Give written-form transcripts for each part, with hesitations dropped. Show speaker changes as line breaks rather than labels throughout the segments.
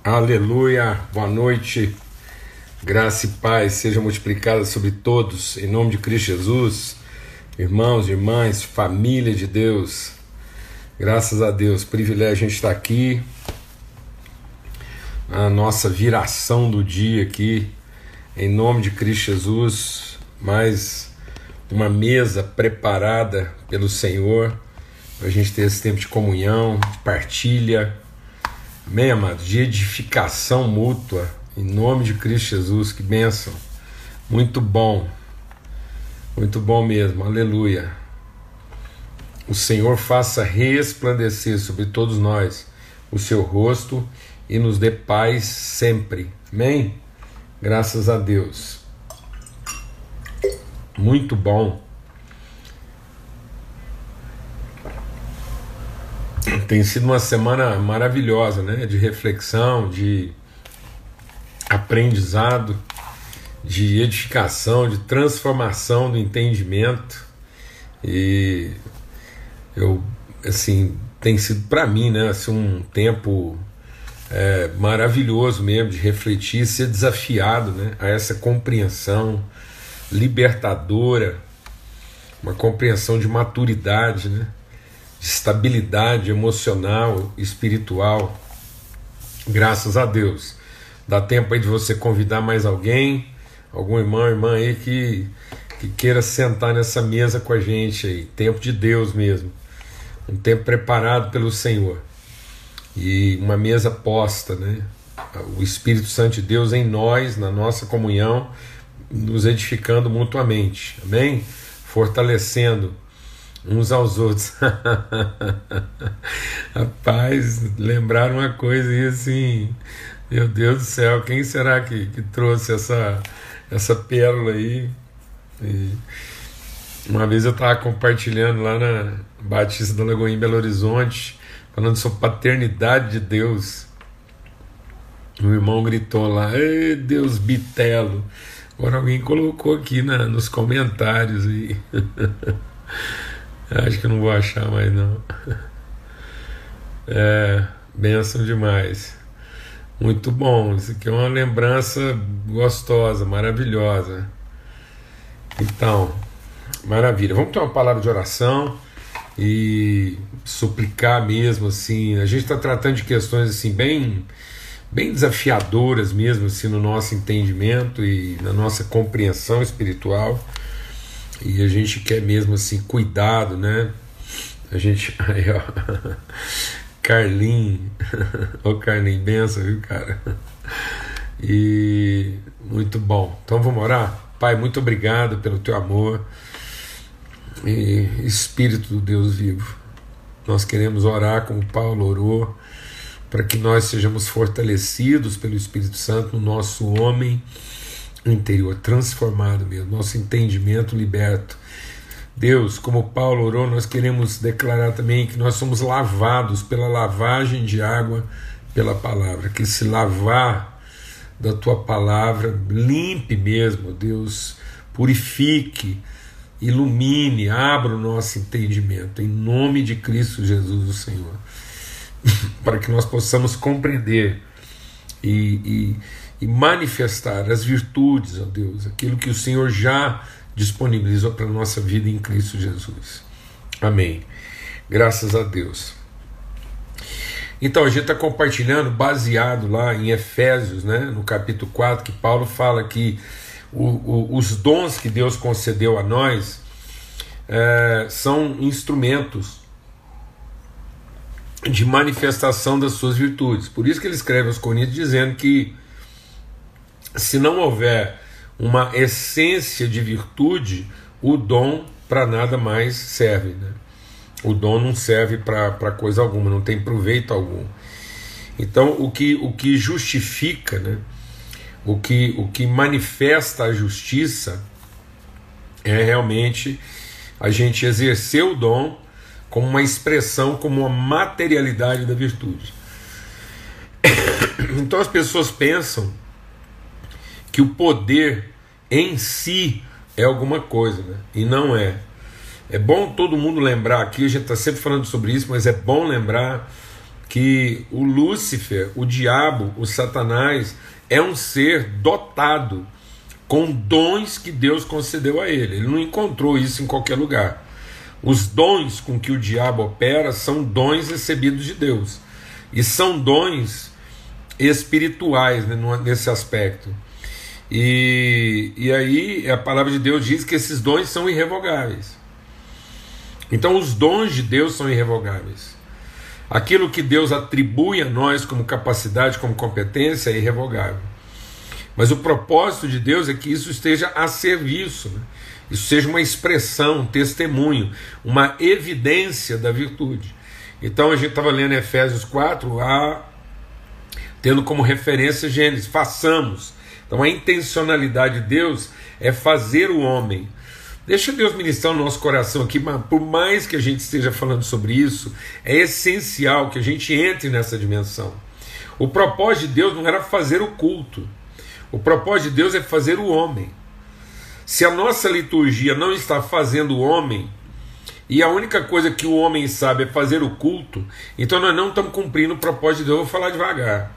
Aleluia, boa noite, graça e paz seja multiplicada sobre todos, em nome de Cristo Jesus, irmãos, irmãs, família de Deus, graças a Deus, privilégio a gente estar aqui, a nossa viração do dia aqui, em nome de Cristo Jesus, mais uma mesa preparada pelo Senhor, para a gente ter esse tempo de comunhão, de partilha, amém, amados? De edificação mútua, em nome de Cristo Jesus, que bênção, muito bom mesmo, aleluia. O Senhor faça resplandecer sobre todos nós o seu rosto e nos dê paz sempre, amém? Graças a Deus, muito bom. Tem sido uma semana maravilhosa, né? De reflexão, de aprendizado, de edificação, de transformação do entendimento. E tem sido para mim, né? Assim, um tempo maravilhoso mesmo de refletir, ser desafiado, né? A essa compreensão libertadora, uma compreensão de maturidade, né? De estabilidade emocional, espiritual, graças a Deus. Dá tempo aí de você convidar mais alguém, algum irmão, irmã aí que queira sentar nessa mesa com a gente aí, tempo de Deus mesmo, um tempo preparado pelo Senhor, e uma mesa posta, né? O Espírito Santo de Deus em nós, na nossa comunhão, nos edificando mutuamente, amém? Fortalecendo uns aos outros. Rapaz, lembraram uma coisa e assim, meu Deus do céu, quem será que trouxe essa pérola aí? E uma vez eu estava compartilhando lá na Batista da Lagoinha em Belo Horizonte, falando sobre paternidade de Deus. O irmão gritou lá: "Ei, Deus bitelo!" Agora alguém colocou aqui nos comentários e acho que eu não vou achar mais não. Bênção demais. Muito bom. Isso aqui é uma lembrança gostosa, maravilhosa. Então, maravilha. Vamos ter uma palavra de oração e suplicar mesmo assim. A gente está tratando de questões assim bem desafiadoras mesmo assim no nosso entendimento e na nossa compreensão espiritual. E a gente quer mesmo assim cuidado, né? A gente. Aí, ó. Carlinhos. Ô Carlinhos, benção, viu, cara? E muito bom. Então vamos orar? Pai, muito obrigado pelo teu amor e Espírito do Deus vivo. Nós queremos orar como Paulo orou, para que nós sejamos fortalecidos pelo Espírito Santo no nosso homem interior, transformado mesmo, nosso entendimento liberto. Deus, como Paulo orou, nós queremos declarar também que nós somos lavados pela lavagem de água pela palavra, que se lavar da tua palavra limpe mesmo, Deus, purifique, ilumine, abra o nosso entendimento, em nome de Cristo Jesus, o Senhor, para que nós possamos compreender e manifestar as virtudes, ó Deus, aquilo que o Senhor já disponibilizou para a nossa vida em Cristo Jesus. Amém. Graças a Deus. Então, a gente está compartilhando, baseado lá em Efésios, né, no capítulo 4, que Paulo fala que os dons que Deus concedeu a nós são instrumentos de manifestação das suas virtudes. Por isso que ele escreve aos Coríntios dizendo que se não houver uma essência de virtude, o dom para nada mais serve, né? O dom não serve para coisa alguma, não tem proveito algum. Então o que justifica, né? O que manifesta a justiça é realmente a gente exercer o dom como uma expressão, como uma materialidade da virtude. Então as pessoas pensam que o poder em si é alguma coisa, né? E não é. É bom todo mundo lembrar aqui, a gente está sempre falando sobre isso, mas é bom lembrar que o Lúcifer, o diabo, o Satanás, é um ser dotado com dons que Deus concedeu a ele. Ele não encontrou isso em qualquer lugar. Os dons com que o diabo opera são dons recebidos de Deus. E são dons espirituais, né, nesse aspecto. E aí a palavra de Deus diz que esses dons são irrevogáveis. Então os dons de Deus são irrevogáveis. Aquilo que Deus atribui a nós como capacidade, como competência, é irrevogável. Mas o propósito de Deus é que isso esteja a serviço, né? Isso seja uma expressão, um testemunho, uma evidência da virtude. Então a gente estava lendo Efésios 4, tendo como referência Gênesis, façamos. Então a intencionalidade de Deus é fazer o homem. Deixa Deus ministrar o nosso coração aqui, mas por mais que a gente esteja falando sobre isso, é essencial que a gente entre nessa dimensão. O propósito de Deus não era fazer o culto. O propósito de Deus é fazer o homem. Se a nossa liturgia não está fazendo o homem, e a única coisa que o homem sabe é fazer o culto, então nós não estamos cumprindo o propósito de Deus. Eu vou falar devagar.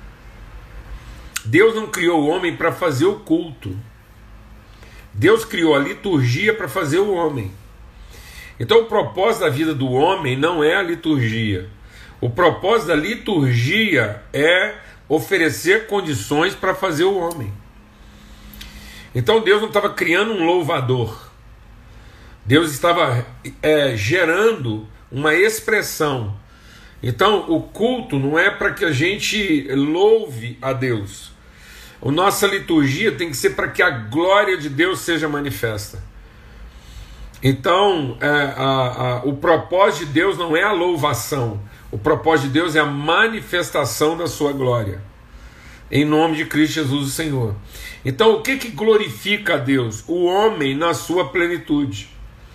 Deus não criou o homem para fazer o culto. Deus criou a liturgia para fazer o homem. Então o propósito da vida do homem não é a liturgia. O propósito da liturgia é oferecer condições para fazer o homem. Então Deus não estava criando um louvador. Deus estava gerando uma expressão. Então o culto não é para que a gente louve a Deus. A nossa liturgia tem que ser para que a glória de Deus seja manifesta. Então o propósito de Deus não é a louvação. O propósito de Deus é a manifestação da sua glória. Em nome de Cristo Jesus o Senhor. Então o que glorifica a Deus? O homem na sua plenitude.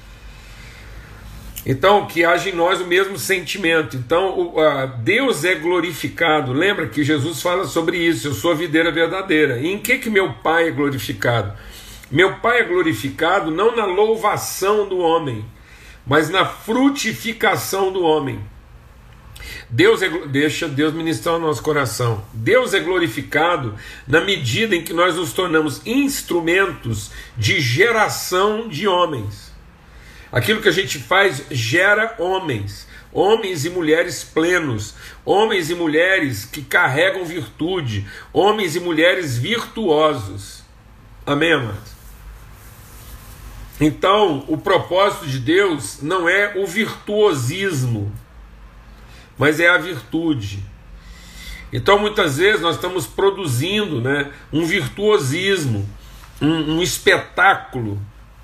Então que haja em nós o mesmo sentimento. Então Deus é glorificado. Lembra que Jesus fala sobre isso: eu sou a videira verdadeira. E em que meu Pai é glorificado? Meu Pai é glorificado não na louvação do homem, mas na frutificação do homem. Deixa Deus ministrar o nosso coração. Deus é glorificado na medida em que nós nos tornamos instrumentos de geração de homens. Aquilo que a gente faz gera homens, homens e mulheres plenos, homens e mulheres que carregam virtude, homens e mulheres virtuosos. Amém, amados? Então, o propósito de Deus não é o virtuosismo, mas é a virtude. Então muitas vezes nós estamos produzindo, né, um virtuosismo, um espetáculo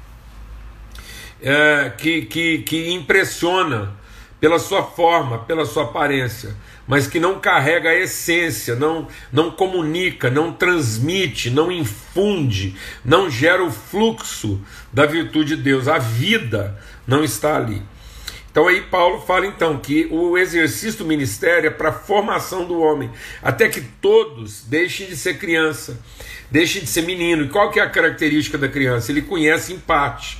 que impressiona pela sua forma, pela sua aparência, mas que não carrega a essência, não comunica, não transmite, não infunde, não gera o fluxo da virtude de Deus. A vida não está ali. Então aí Paulo fala então que o exercício do ministério é para a formação do homem, até que todos deixem de ser criança, deixem de ser menino. E qual que é a característica da criança? Ele conhece em parte.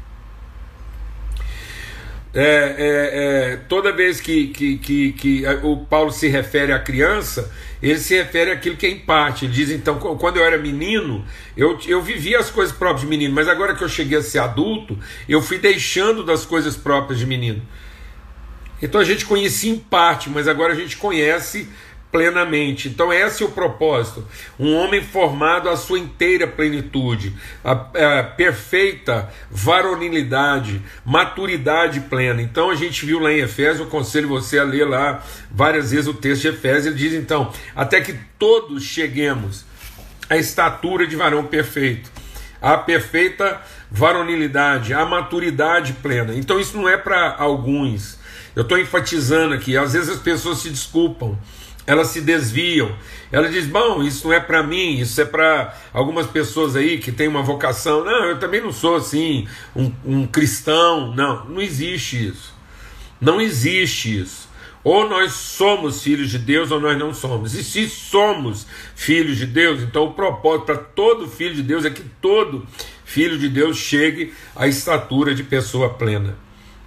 Toda vez que o Paulo se refere à criança, ele se refere àquilo que é em parte. Ele diz então, quando eu era menino, eu vivia as coisas próprias de menino, mas agora que eu cheguei a ser adulto, eu fui deixando das coisas próprias de menino. Então a gente conhecia em parte, mas agora a gente conhece plenamente. Então esse é o propósito: um homem formado à sua inteira plenitude, a perfeita varonilidade, maturidade plena. Então a gente viu lá em Efésios, eu aconselho você a ler lá várias vezes o texto de Efésios. Ele diz então, até que todos cheguemos à estatura de varão perfeito, à perfeita varonilidade, à maturidade plena. Então isso não é para alguns. Eu estou enfatizando aqui, às vezes as pessoas se desculpam, elas se desviam, ela diz, bom, isso não é para mim, isso é para algumas pessoas aí que têm uma vocação. Não, eu também não sou assim um cristão. Não existe isso. Não existe isso. Ou nós somos filhos de Deus ou nós não somos. E se somos filhos de Deus, então o propósito para todo filho de Deus é que todo filho de Deus chegue à estatura de pessoa plena.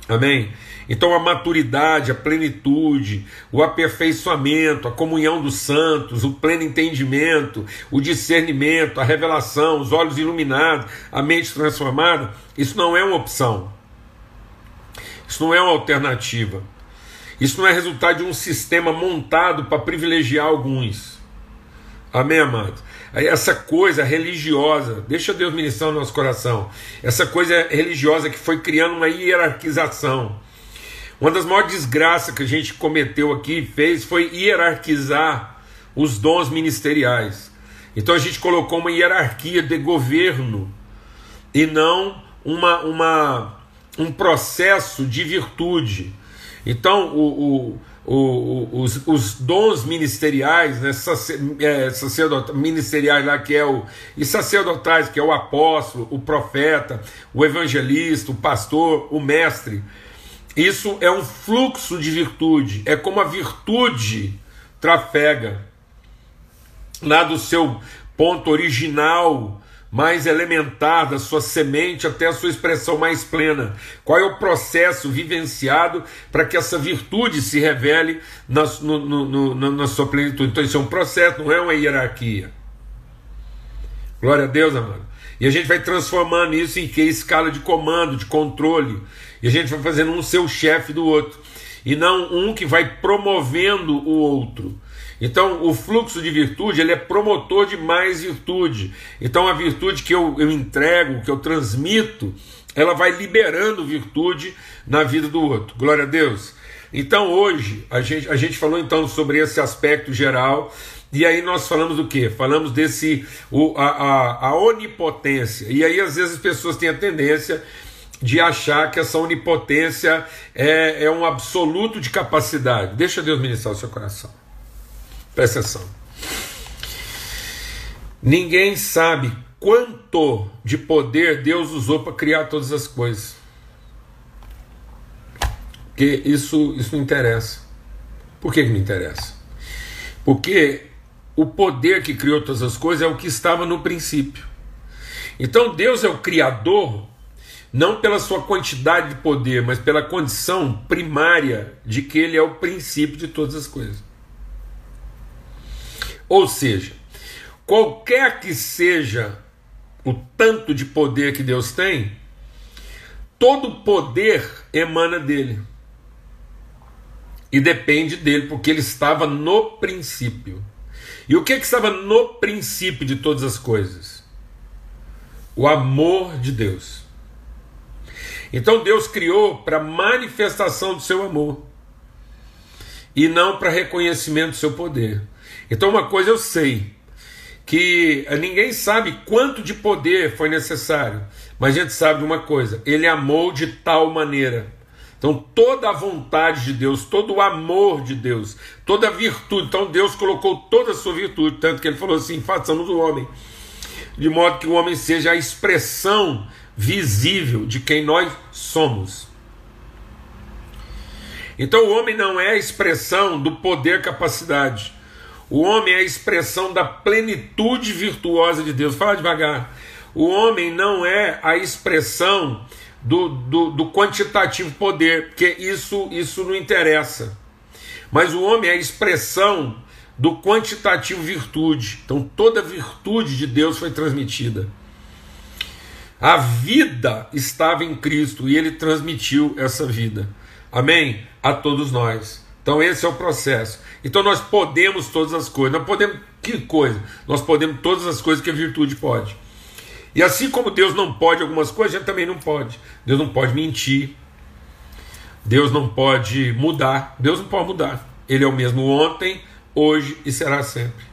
Amém? Então a maturidade, a plenitude, o aperfeiçoamento, a comunhão dos santos, o pleno entendimento, o discernimento, a revelação, os olhos iluminados, a mente transformada, isso não é uma opção. Isso não é uma alternativa. Isso não é resultado de um sistema montado para privilegiar alguns. Amém, amados? Essa coisa religiosa, deixa Deus ministrar no nosso coração, essa coisa religiosa que foi criando uma hierarquização. Uma das maiores desgraças que a gente cometeu aqui, fez, foi hierarquizar os dons ministeriais. Então a gente colocou uma hierarquia de governo e não um processo de virtude. Então os dons ministeriais, né, ministeriais lá, que é e sacerdotais, que é o apóstolo, o profeta, o evangelista, o pastor, o mestre, isso é um fluxo de virtude, é como a virtude trafega lá do seu ponto original, mais elementar, da sua semente até a sua expressão mais plena. Qual é o processo vivenciado para que essa virtude se revele na sua plenitude? Então isso é um processo, não é uma hierarquia. Glória a Deus, amado. E a gente vai transformando isso em que? Escala de comando, de controle. E a gente vai fazendo um ser o chefe do outro. E não um que vai promovendo o outro. Então o fluxo de virtude, ele é promotor de mais virtude. Então a virtude que eu entrego, que eu transmito, ela vai liberando virtude na vida do outro. Glória a Deus. Então hoje a gente falou então sobre esse aspecto geral. E aí nós falamos do quê? Falamos a onipotência. E aí às vezes as pessoas têm a tendência de achar que essa onipotência é um absoluto de capacidade. Deixa Deus ministrar o seu coração. Presta atenção. Ninguém sabe quanto de poder Deus usou para criar todas as coisas. Porque isso não interessa. Por que não interessa? Porque o poder que criou todas as coisas é o que estava no princípio. Então Deus é o Criador, não pela sua quantidade de poder, mas pela condição primária de que Ele é o princípio de todas as coisas. Ou seja, qualquer que seja o tanto de poder que Deus tem, todo poder emana dele. E depende dele, porque ele estava no princípio. E o que estava no princípio de todas as coisas? O amor de Deus. Então Deus criou para manifestação do seu amor e não para reconhecimento do seu poder. Então uma coisa eu sei, que ninguém sabe quanto de poder foi necessário, mas a gente sabe de uma coisa: Ele amou de tal maneira. Então toda a vontade de Deus, todo o amor de Deus, toda a virtude, então Deus colocou toda a sua virtude, tanto que Ele falou assim: façamos o homem, de modo que o homem seja a expressão visível de quem nós somos. Então o homem não é a expressão do poder, capacidade. O homem é a expressão da plenitude virtuosa de Deus. Fala devagar. O homem não é a expressão do quantitativo poder, porque isso não interessa. Mas o homem é a expressão do quantitativo virtude. Então toda a virtude de Deus foi transmitida. A vida estava em Cristo e Ele transmitiu essa vida. Amém? A todos nós. Então esse é o processo. Então nós podemos todas as coisas. Nós podemos, que coisa? Nós podemos todas as coisas que a virtude pode. E assim como Deus não pode algumas coisas, a gente também não pode. Deus não pode mentir. Deus não pode mudar. Deus não pode mudar. Ele é o mesmo ontem, hoje e será sempre.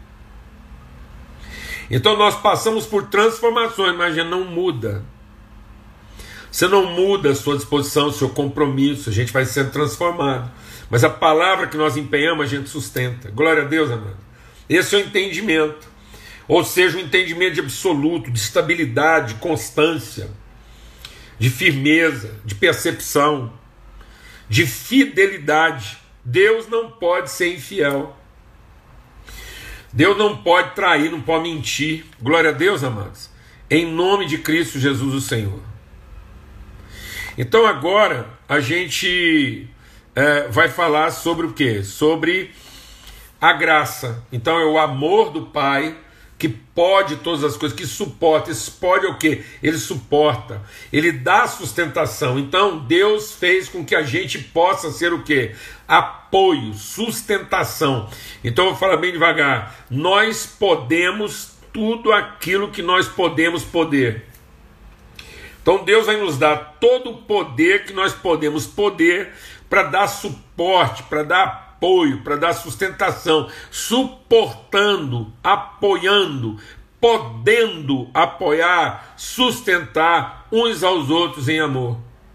Então nós passamos por transformações, mas a gente não muda. Você não muda a sua disposição, o seu compromisso. A gente vai sendo transformado. Mas a palavra que nós empenhamos, a gente sustenta. Glória a Deus, amado. Esse é o entendimento. Ou seja, um entendimento de absoluto, de estabilidade, de constância, de firmeza, de percepção, de fidelidade. Deus não pode ser infiel. Deus não pode trair, não pode mentir. Glória a Deus, amados. Em nome de Cristo Jesus, o Senhor. Então agora a gente vai falar sobre o quê? Sobre a graça. Então é o amor do Pai que pode todas as coisas, que suporta. Esse pode é o quê? Ele suporta, ele dá sustentação. Então Deus fez com que a gente possa ser o quê? Apoio, sustentação. Então eu vou falar bem devagar. Nós podemos tudo aquilo que nós podemos poder. Então Deus vai nos dar todo o poder que nós podemos poder para dar suporte, para dar apoio, para dar sustentação, suportando, apoiando, podendo apoiar, sustentar uns aos outros em amor.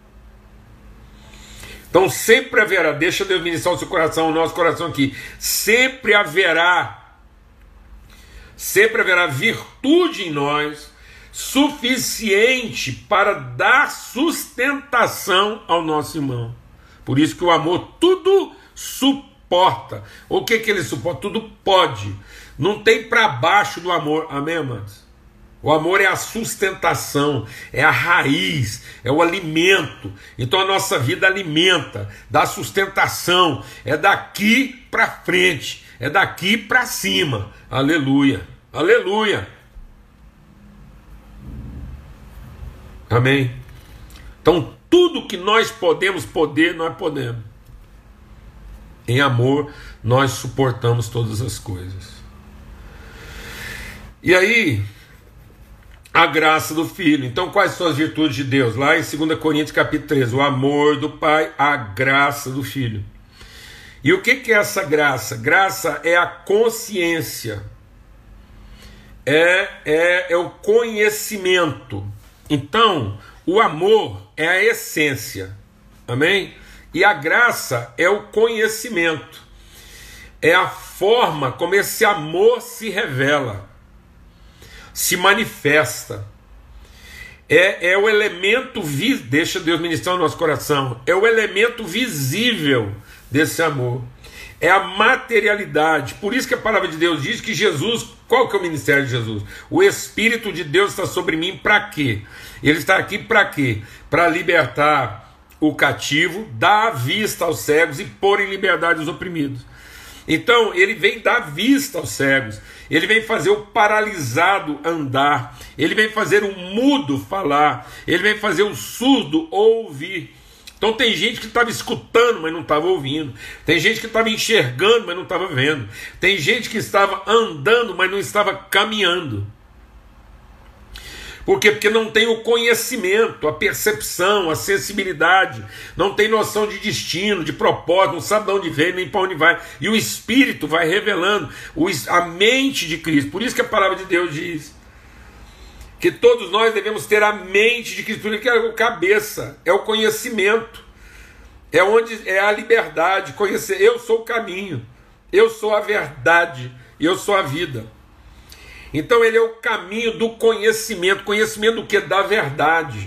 Então sempre haverá, deixa Deus ministrar o seu coração, o nosso coração aqui, sempre haverá virtude em nós, suficiente para dar sustentação ao nosso irmão. Por isso que o amor tudo suporta. O que ele suporta? Tudo pode. Não tem para baixo do amor. Amém, amados? O amor é a sustentação, é a raiz, é o alimento. Então a nossa vida alimenta, dá sustentação. É daqui para frente, é daqui para cima. Aleluia, aleluia. Amém? Então tudo que nós podemos poder, nós podemos. Em amor, nós suportamos todas as coisas. E aí, a graça do Filho. Então, quais são as virtudes de Deus? Lá em 2 Coríntios capítulo 13, o amor do Pai, a graça do Filho. E o que é essa graça? Graça é a consciência, é o conhecimento. Então, o amor é a essência, amém? E a graça é o conhecimento, é a forma como esse amor se revela, se manifesta, é o elemento, deixa Deus ministrar o nosso coração, é o elemento visível desse amor, é a materialidade. Por isso que a palavra de Deus diz que Jesus, qual que é o ministério de Jesus? O Espírito de Deus está sobre mim para quê? Ele está aqui para quê? Para libertar o cativo, dar vista aos cegos e pôr em liberdade os oprimidos. Então ele vem dar vista aos cegos, ele vem fazer o paralisado andar, ele vem fazer o mudo falar, ele vem fazer o surdo ouvir. Então tem gente que estava escutando, mas não estava ouvindo. Tem gente que estava enxergando, mas não estava vendo. Tem gente que estava andando, mas não estava caminhando. Por quê? Porque não tem o conhecimento, a percepção, a sensibilidade, não tem noção de destino, de propósito, não sabe de onde veio nem para onde vai. E o Espírito vai revelando a mente de Cristo. Por isso que a palavra de Deus diz que todos nós devemos ter a mente de Cristo, que é a cabeça, é o conhecimento, é a liberdade, conhecer. Eu sou o caminho, eu sou a verdade, eu sou a vida. Então ele é o caminho do conhecimento. Conhecimento do que? Da verdade.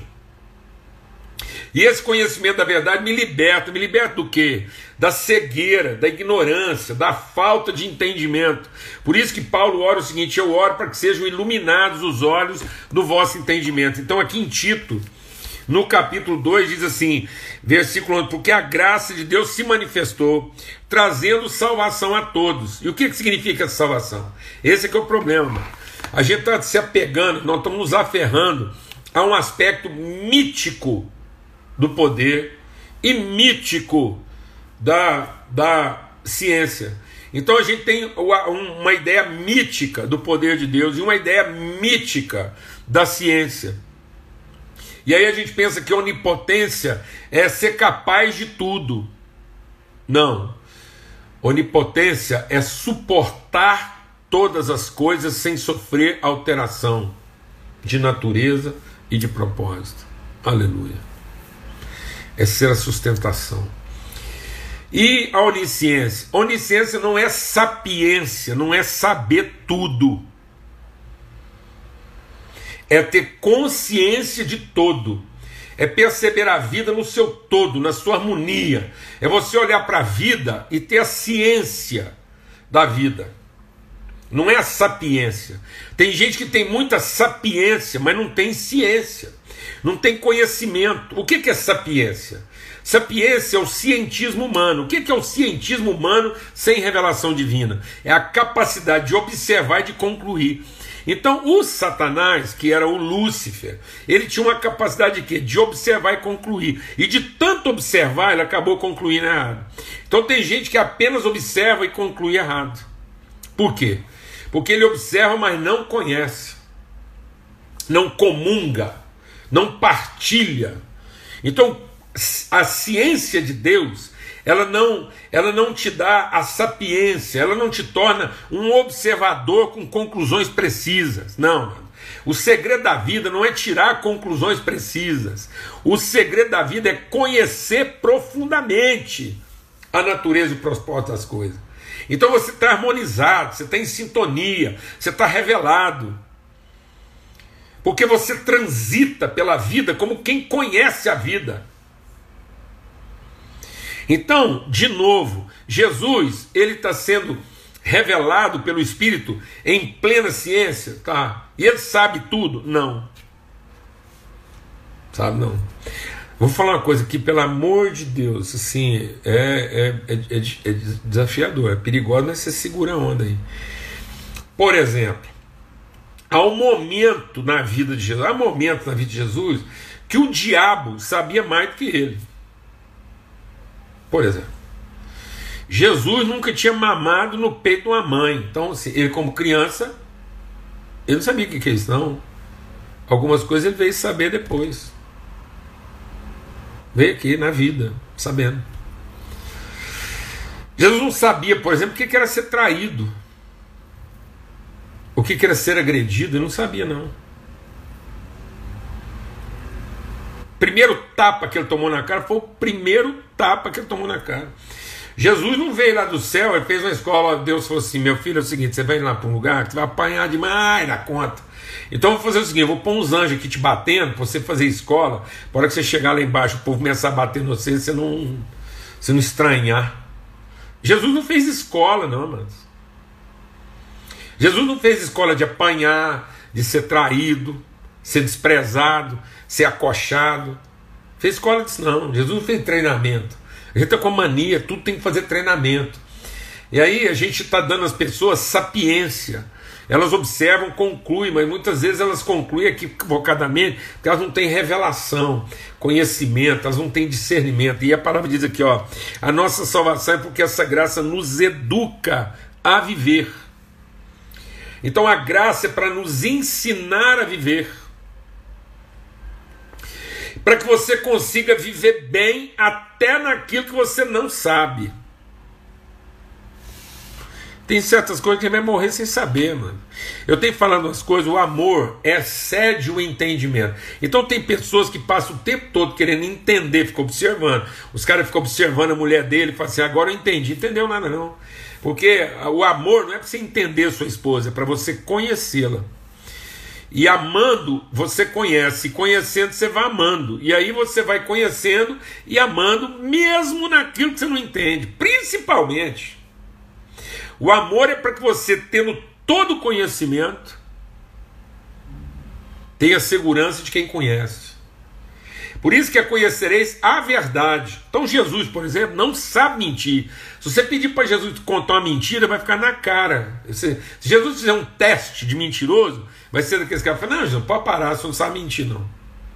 E esse conhecimento da verdade me liberta. Me liberta do quê? Da cegueira, da ignorância, da falta de entendimento. Por isso que Paulo ora o seguinte: eu oro para que sejam iluminados os olhos do vosso entendimento. Então aqui em Tito, no capítulo 2, diz assim, versículo 11, porque a graça de Deus se manifestou, trazendo salvação a todos. E o que significa essa salvação? Esse é que é o problema. A gente está se apegando, nós estamos nos aferrando a um aspecto mítico do poder e mítico da ciência. Então a gente tem uma ideia mítica do poder de Deus e uma ideia mítica da ciência. E aí a gente pensa que a onipotência é ser capaz de tudo. Não. Onipotência é suportar todas as coisas sem sofrer alteração de natureza e de propósito. Aleluia. É ser a sustentação. E a onisciência? Onisciência não é sapiência, não é saber tudo. É ter consciência de todo. É perceber a vida no seu todo, na sua harmonia. É você olhar para a vida e ter a ciência da vida. Não é a sapiência. Tem gente que tem muita sapiência, mas não tem ciência. Não tem conhecimento. O que é sapiência? Sapiência é o cientismo humano. O que é o cientismo humano sem revelação divina? É a capacidade de observar e de concluir. Então, o Satanás, que era o Lúcifer, ele tinha uma capacidade de quê? De observar e concluir. E de tanto observar, ele acabou concluindo errado. Então, tem gente que apenas observa e conclui errado. Por quê? Porque ele observa, mas não conhece, não comunga, não partilha. Então, a ciência de Deus, ela não te dá a sapiência, ela não te torna um observador com conclusões precisas. Não, o segredo da vida não é tirar conclusões precisas. O segredo da vida é conhecer profundamente a natureza e o propósito das coisas. Então você está harmonizado, você está em sintonia, você está revelado. Porque você transita pela vida como quem conhece a vida. Então, de novo, Jesus, ele está sendo revelado pelo Espírito em plena ciência, tá? E ele sabe tudo? Não. Sabe, não. Vou falar uma coisa aqui, pelo amor de Deus, assim, é desafiador, é perigoso, mas você segura a onda aí. Por exemplo, há um momento na vida de Jesus, que o diabo sabia mais do que ele. Por exemplo, Jesus nunca tinha mamado no peito de uma mãe. Então, assim, ele como criança, ele não sabia o que é isso, não. Algumas coisas ele veio saber depois. Veio aqui na vida, sabendo. Jesus não sabia, por exemplo, o que era ser traído. O que era ser agredido, ele não sabia, não. Primeiro tapa que ele tomou na cara foi o primeiro tapa que ele tomou na cara. Jesus não veio lá do céu, ele fez uma escola, Deus falou assim: meu filho, é o seguinte, você vai lá para um lugar que você vai apanhar demais na conta. Então eu vou fazer o seguinte, eu vou pôr uns anjos aqui te batendo, para você fazer escola, para hora que você chegar lá embaixo, o povo começar a bater no você não estranhar. Jesus não fez escola, não, mano. Jesus não fez escola de apanhar, de ser traído, ser desprezado, ser acochado. Fez escola disso, não. Jesus não fez treinamento. A gente está com mania, tudo tem que fazer treinamento. E aí a gente está dando às pessoas sapiência. Elas observam, concluem, mas muitas vezes elas concluem equivocadamente, porque elas não têm revelação, conhecimento, elas não têm discernimento. E a palavra diz aqui, ó, a nossa salvação é porque essa graça nos educa a viver. Então a graça é para nos ensinar a viver, para que você consiga viver bem até naquilo que você não sabe. Tem certas coisas que a gente vai morrer sem saber, mano. Eu tenho falado umas coisas, o amor excede o entendimento. Então tem pessoas que passam o tempo todo querendo entender, ficam observando. Os caras ficam observando a mulher dele e falam assim, agora eu entendi. Entendeu nada não. Porque o amor não é para você entender a sua esposa, é para você conhecê-la. E amando, você conhece, e conhecendo, você vai amando. E aí você vai conhecendo e amando, mesmo naquilo que você não entende. Principalmente, o amor é para que você, tendo todo o conhecimento, tenha segurança de quem conhece. Por isso que conhecereis a verdade. Então Jesus, por exemplo, não sabe mentir. Se você pedir para Jesus contar uma mentira, vai ficar na cara. Se Jesus fizer um teste de mentiroso, vai ser daqueles caras que falam, não, Jesus, pode parar, você não sabe mentir, não.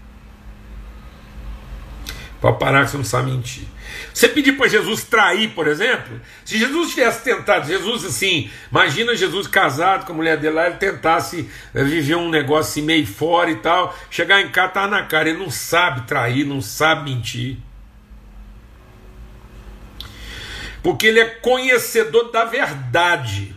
Pode parar que você não sabe mentir. Você pedir para Jesus trair, por exemplo, se Jesus tivesse tentado, Jesus assim, imagina Jesus casado com a mulher dele lá, ele tentasse viver um negócio assim meio fora e tal, chegar em casa, tá na cara, ele não sabe trair, não sabe mentir. Porque ele é conhecedor da verdade.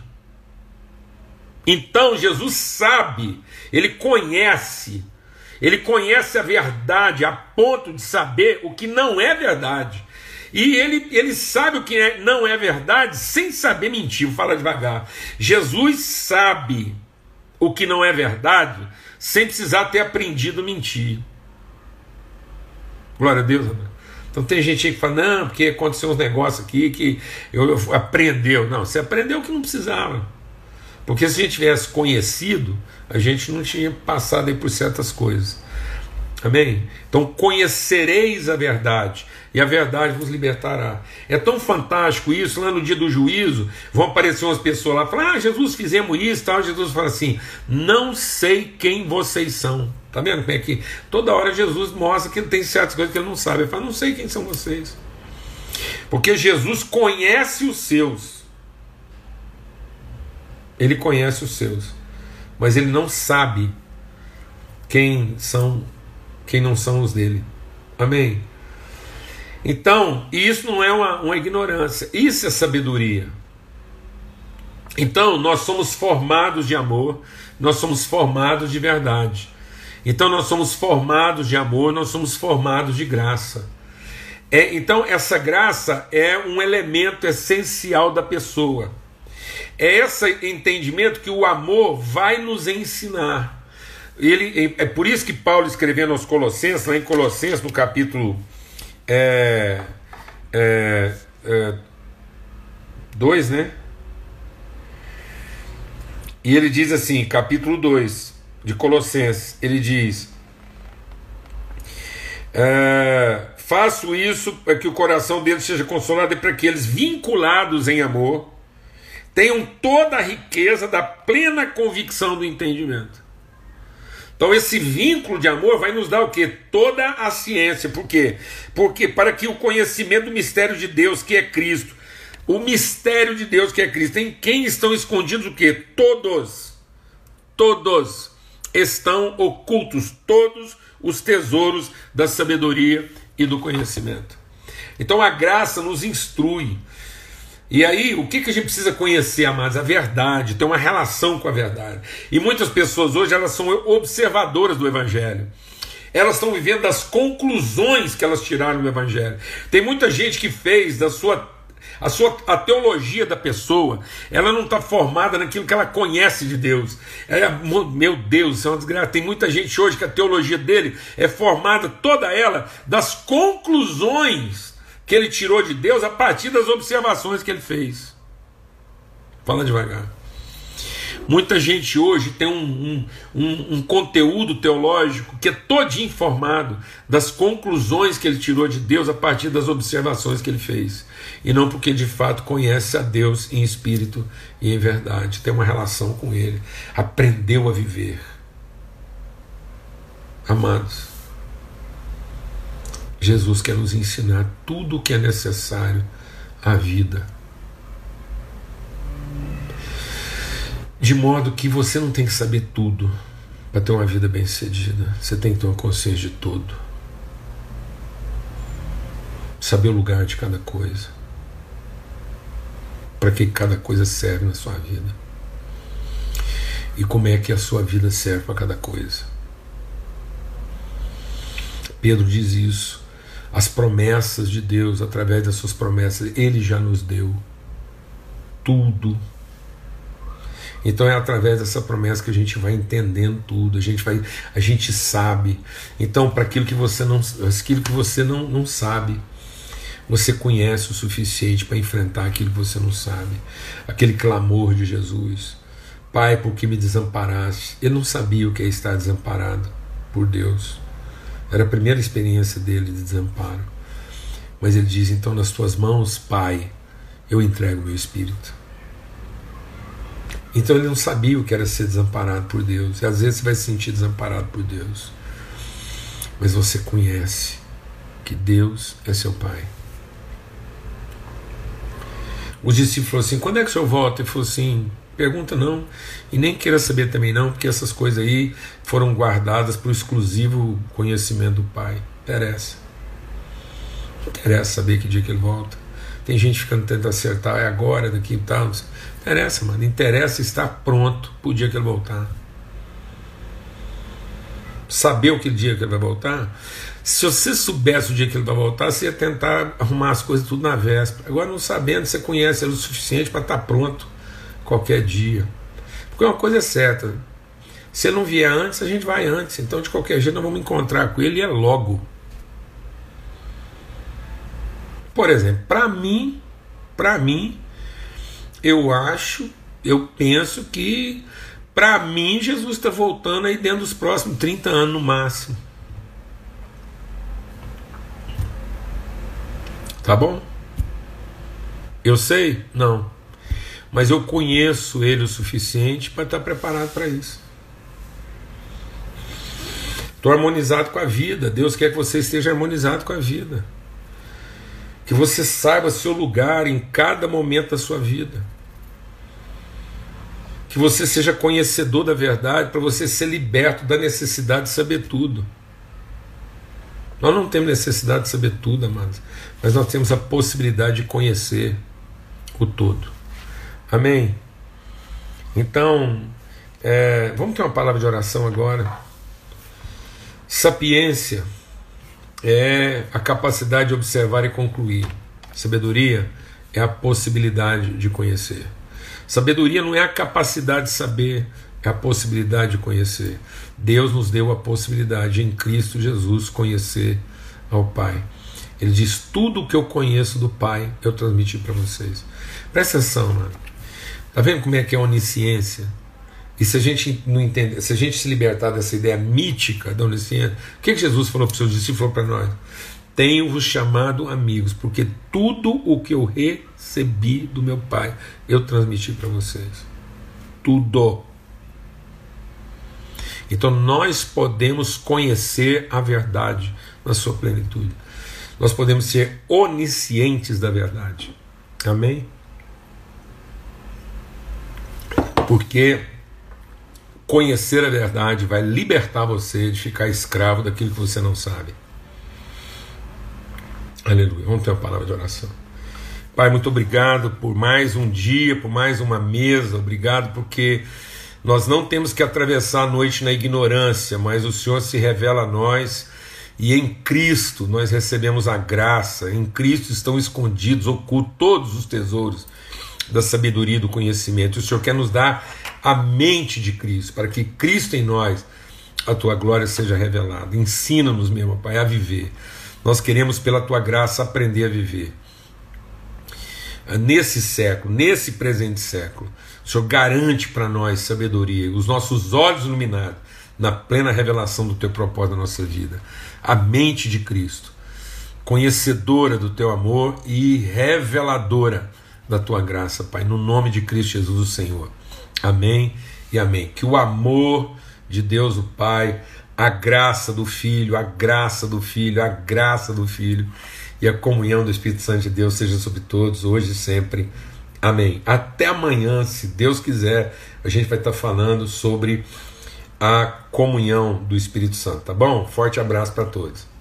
Então Jesus sabe, ele conhece a verdade a ponto de saber o que não é verdade. E ele sabe o que não é verdade sem saber mentir. Vou falar devagar. Jesus sabe o que não é verdade sem precisar ter aprendido a mentir. Glória a Deus, amém. Então tem gente aí que fala, não, porque aconteceu uns negócios aqui que eu aprendeu. Não, você aprendeu o que não precisava. Porque se a gente tivesse conhecido, a gente não tinha passado aí por certas coisas. Amém? Então conhecereis a verdade, e a verdade vos libertará. É tão fantástico isso. Lá no dia do juízo vão aparecer umas pessoas lá e falar: Jesus, fizemos isso e tal. Jesus fala assim: não sei quem vocês são. Está vendo como é que toda hora Jesus mostra que ele tem certas coisas que ele não sabe. Ele fala: não sei quem são vocês. Porque Jesus conhece os seus. Ele conhece os seus, mas ele não sabe quem não são os dele. Amém? Então, isso não é uma ignorância, isso é sabedoria. Então, nós somos formados de amor, nós somos formados de verdade. Então, nós somos formados de amor, nós somos formados de graça. Então, essa graça é um elemento essencial da pessoa. É esse entendimento que o amor vai nos ensinar. É por isso que Paulo, escrevendo aos Colossenses, lá em Colossenses, no capítulo 2, né? E ele diz assim, capítulo 2 de Colossenses, ele diz: faço isso para que o coração deles seja consolado e para que eles, vinculados em amor, tenham toda a riqueza da plena convicção do entendimento. Então esse vínculo de amor vai nos dar o quê? Toda a ciência. Por quê? Porque para que o conhecimento do mistério de Deus, que é Cristo, o mistério de Deus, que é Cristo, em quem estão escondidos o quê? Todos estão ocultos, todos os tesouros da sabedoria e do conhecimento. Então a graça nos instrui. E aí, o que a gente precisa conhecer, amados? A verdade, ter uma relação com a verdade. E muitas pessoas hoje, elas são observadoras do Evangelho. Elas estão vivendo das conclusões que elas tiraram do Evangelho. Tem muita gente que fez a teologia da pessoa, ela não está formada naquilo que ela conhece de Deus. Meu Deus, isso é uma desgraça. Tem muita gente hoje que a teologia dele é formada, toda ela, das conclusões que ele tirou de Deus a partir das observações que ele fez. Fala devagar. Muita gente hoje tem um conteúdo teológico que é todinho formado das conclusões que ele tirou de Deus a partir das observações que ele fez, e não porque de fato conhece a Deus em espírito e em verdade, tem uma relação com ele, aprendeu a viver. Amados, Jesus quer nos ensinar tudo o que é necessário à vida, de modo que você não tem que saber tudo para ter uma vida bem-sucedida. Você tem que ter uma consciência de tudo, saber o lugar de cada coisa, para que cada coisa serve na sua vida e como é que a sua vida serve para cada coisa. Pedro diz isso. As promessas de Deus, através das suas promessas, Ele já nos deu tudo. Então é através dessa promessa que a gente vai entendendo tudo, a gente sabe. Então, para aquilo que você não sabe, você conhece o suficiente para enfrentar aquilo que você não sabe. Aquele clamor de Jesus: Pai, por que me desamparaste? Ele não sabia o que é estar desamparado por Deus. Era a primeira experiência dele de desamparo. Mas ele diz: então nas tuas mãos, Pai, eu entrego o meu espírito. Então ele não sabia o que era ser desamparado por Deus. E às vezes você vai se sentir desamparado por Deus, mas você conhece que Deus é seu Pai. Os discípulos falaram assim: quando é que o senhor volta? Ele falou assim: pergunta não, e nem queira saber também não, porque essas coisas aí foram guardadas para o exclusivo conhecimento do Pai. Não interessa saber que dia que ele volta. Tem gente ficando tentando acertar, é agora, daqui e tal. Não interessa, mano. Interessa estar pronto para o dia que ele voltar. Saber o que dia que ele vai voltar. Se você soubesse o dia que ele vai voltar, você ia tentar arrumar as coisas tudo na véspera. Agora, não sabendo, você conhece ele o suficiente para estar pronto qualquer dia. Porque uma coisa é certa: se ele não vier antes, a gente vai antes. Então, de qualquer jeito, nós vamos encontrar com ele, e é logo. Por exemplo, para mim, eu penso que, para mim, Jesus está voltando aí dentro dos próximos 30 anos no máximo. Tá bom? Eu sei? Não. Mas eu conheço Ele o suficiente para estar preparado para isso. Estou harmonizado com a vida. Deus quer que você esteja harmonizado com a vida. Que você saiba seu lugar em cada momento da sua vida. Que você seja conhecedor da verdade para você ser liberto da necessidade de saber tudo. Nós não temos necessidade de saber tudo, amados, mas nós temos a possibilidade de conhecer o todo. Amém? Então, vamos ter uma palavra de oração agora. Sapiência é a capacidade de observar e concluir. Sabedoria é a possibilidade de conhecer. Sabedoria não é a capacidade de saber, é a possibilidade de conhecer. Deus nos deu a possibilidade em Cristo Jesus conhecer ao Pai. Ele diz: tudo o que eu conheço do Pai eu transmiti para vocês. Presta atenção, mano. Tá vendo como é que é a onisciência? E se a gente não entender, se a gente se libertar dessa ideia mítica da onisciência, o que Jesus falou para os seus discípulos e falou para nós? Tenho-vos chamado amigos, porque tudo o que eu recebi do meu Pai eu transmiti para vocês. Tudo. Então nós podemos conhecer a verdade na sua plenitude. Nós podemos ser oniscientes da verdade. Amém? Porque conhecer a verdade vai libertar você de ficar escravo daquilo que você não sabe. Aleluia. Vamos ter uma palavra de oração. Pai, muito obrigado por mais um dia, por mais uma mesa. Obrigado porque nós não temos que atravessar a noite na ignorância, mas o Senhor se revela a nós e em Cristo nós recebemos a graça. Em Cristo estão escondidos, ocultos todos os tesouros da sabedoria e do conhecimento. O Senhor quer nos dar a mente de Cristo, para que Cristo em nós, a Tua glória seja revelada. Ensina-nos, meu Pai, a viver. Nós queremos, pela Tua graça, aprender a viver. Nesse século, nesse presente século, o Senhor garante para nós sabedoria, os nossos olhos iluminados na plena revelação do Teu propósito na nossa vida. A mente de Cristo, conhecedora do Teu amor e reveladora da Tua graça, Pai, no nome de Cristo Jesus, o Senhor. Amém e amém. Que o amor de Deus, o Pai, a graça do Filho, a graça do Filho, a graça do Filho e a comunhão do Espírito Santo de Deus seja sobre todos, hoje e sempre. Amém. Até amanhã, se Deus quiser, a gente vai estar falando sobre a comunhão do Espírito Santo, tá bom? Forte abraço para todos.